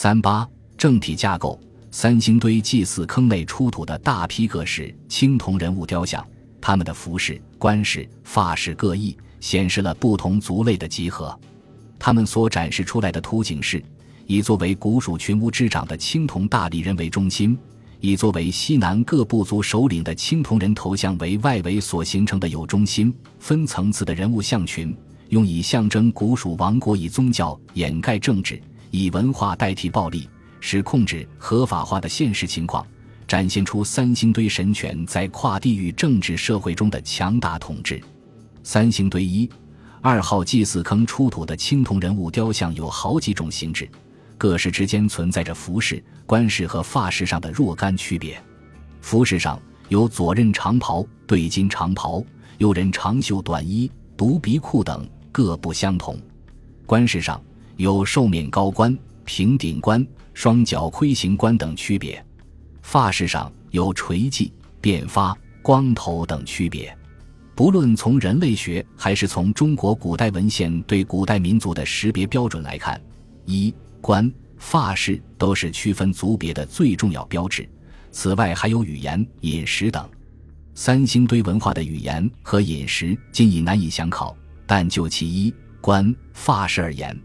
38政体架构。三星堆祭祀坑内出土的大批各式青铜人物雕像，他们的服饰、冠饰、发饰各异，显示了不同族类的集合。他们所展示出来的图景是以作为古蜀群巫之长的青铜大力人为中心，以作为西南各部族首领的青铜人头像为外围所形成的有中心、分层次的人物像群，用以象征古蜀王国以宗教掩盖政治，以文化代替暴力，使控制合法化的现实情况，展现出三星堆神权在跨地域政治社会中的强大统治。三星堆1、2号祭祀坑出土的青铜人物雕像有好几种形制，各式之间存在着服饰、冠饰和发饰上的若干区别。服饰上有左衽长袍、对襟长袍、右衽长袖短衣、独鼻裤等，各不相同。冠饰上有兽面高冠、平顶冠、双角盔形冠等区别。发饰上有垂髻、辫发、光头等区别。不论从人类学还是从中国古代文献对古代民族的识别标准来看，冠、发饰都是区分族别的最重要标志，此外还有语言、饮食等。三星堆文化的语言和饮食今已难以详考，但就其冠、发饰而言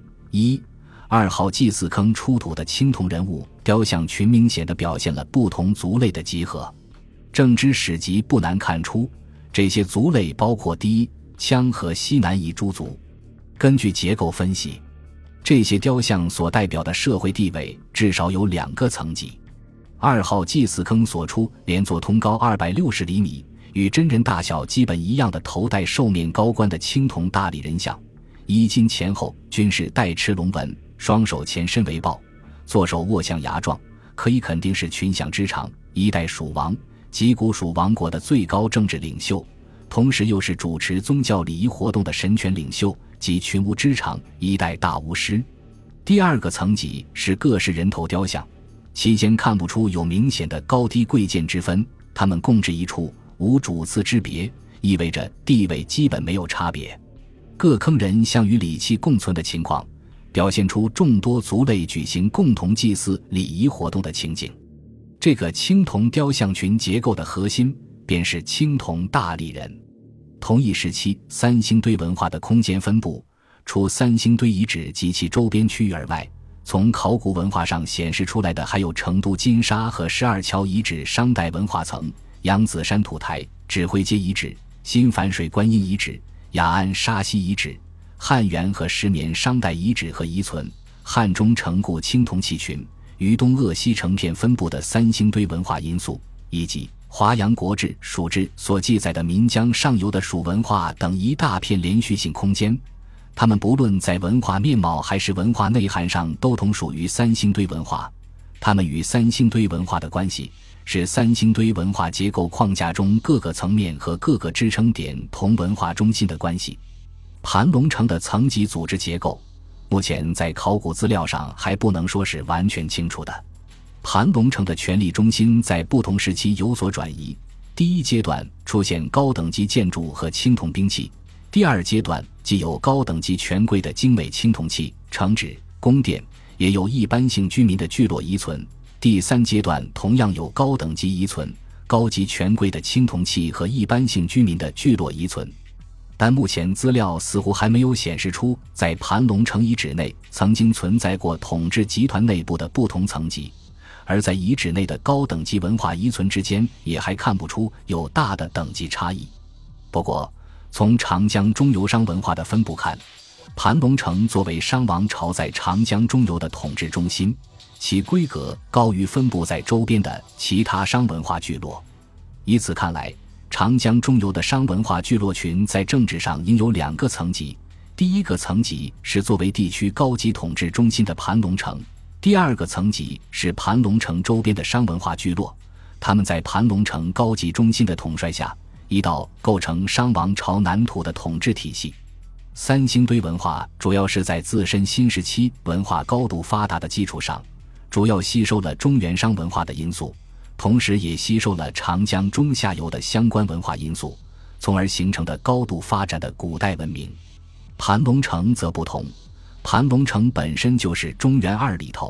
，1、2号祭祀坑出土的青铜人物雕像群明显地表现了不同族类的集合。正知史籍不难看出，这些族类包括第一羌和西南夷诸族。根据结构分析，这些雕像所代表的社会地位至少有2个层级。2号祭祀坑所出连座通高260厘米，与真人大小基本一样的头戴兽面高冠的青铜大力人像，衣襟前后均是带螭龙纹，双手前伸为抱，左手握象牙状，可以肯定是群享之长，一代蜀王及古蜀王国的最高政治领袖，同时又是主持宗教礼仪活动的神权领袖及群巫之长，一代大巫师。第2个层级是各式人头雕像，其间看不出有明显的高低贵贱之分，他们共置一处，无主次之别，意味着地位基本没有差别。各坑人像与礼器共存的情况，表现出众多族类举行共同祭祀礼仪活动的情景。这个青铜雕像群结构的核心便是青铜大力人。同一时期三星堆文化的空间分布，除三星堆遗址及其周边区域而外，从考古文化上显示出来的还有成都金沙和12桥遗址商代文化层、扬子山土台、指挥街遗址、新反水观音遗址、雅安沙溪遗址、汉源和石棉商代遗址和遗存、汉中城固青铜器群、于东鄂西成片分布的三星堆文化因素，以及华阳国志·蜀志所记载的岷江上游的蜀文化等一大片连续性空间，它们不论在文化面貌还是文化内涵上都同属于三星堆文化。它们与三星堆文化的关系是三星堆文化结构框架中各个层面和各个支撑点同文化中心的关系。盘龙城的层级组织结构，目前在考古资料上还不能说是完全清楚的。盘龙城的权力中心在不同时期有所转移，第一阶段出现高等级建筑和青铜兵器，第2阶段既有高等级权贵的精美青铜器、城址、宫殿，也有一般性居民的聚落遗存，第3阶段同样有高等级遗存、高级权贵的青铜器和一般性居民的聚落遗存。但目前资料似乎还没有显示出在盘龙城遗址内曾经存在过统治集团内部的不同层级，而在遗址内的高等级文化遗存之间也还看不出有大的等级差异。不过从长江中游商文化的分布看，盘龙城作为商王朝在长江中游的统治中心，其规格高于分布在周边的其他商文化聚落。以此看来，长江中游的商文化聚落群在政治上应有2个层级，第1个层级是作为地区高级统治中心的盘龙城，第2个层级是盘龙城周边的商文化聚落，他们在盘龙城高级中心的统帅下，一道构成商王朝南土的统治体系。三星堆文化主要是在自身新时期文化高度发达的基础上，主要吸收了中原商文化的因素，同时也吸收了长江中下游的相关文化因素，从而形成的高度发展的古代文明。盘龙城则不同，盘龙城本身就是中原2里头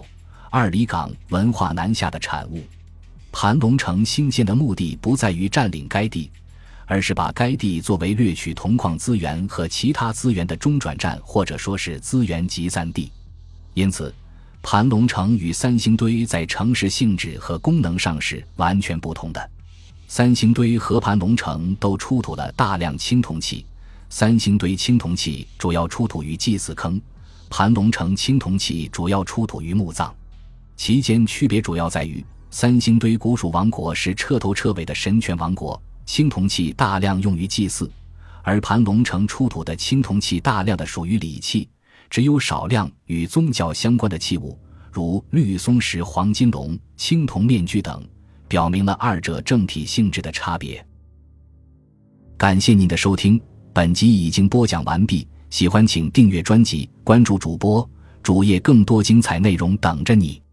二里岗文化南下的产物。盘龙城兴建的目的不在于占领该地，而是把该地作为掠取铜矿资源和其他资源的中转站，或者说是资源集散地。因此盘龙城与三星堆在城市性质和功能上是完全不同的。三星堆和盘龙城都出土了大量青铜器，三星堆青铜器主要出土于祭祀坑，盘龙城青铜器主要出土于墓葬。其间区别主要在于，三星堆古蜀王国是彻头彻尾的神权王国，青铜器大量用于祭祀，而盘龙城出土的青铜器大量的属于礼器，只有少量与宗教相关的器物，如绿松石黄金龙、青铜面具等，表明了二者整体性质的差别。感谢您的收听，本集已经播讲完毕，喜欢请订阅专辑，关注主播，主页更多精彩内容等着你。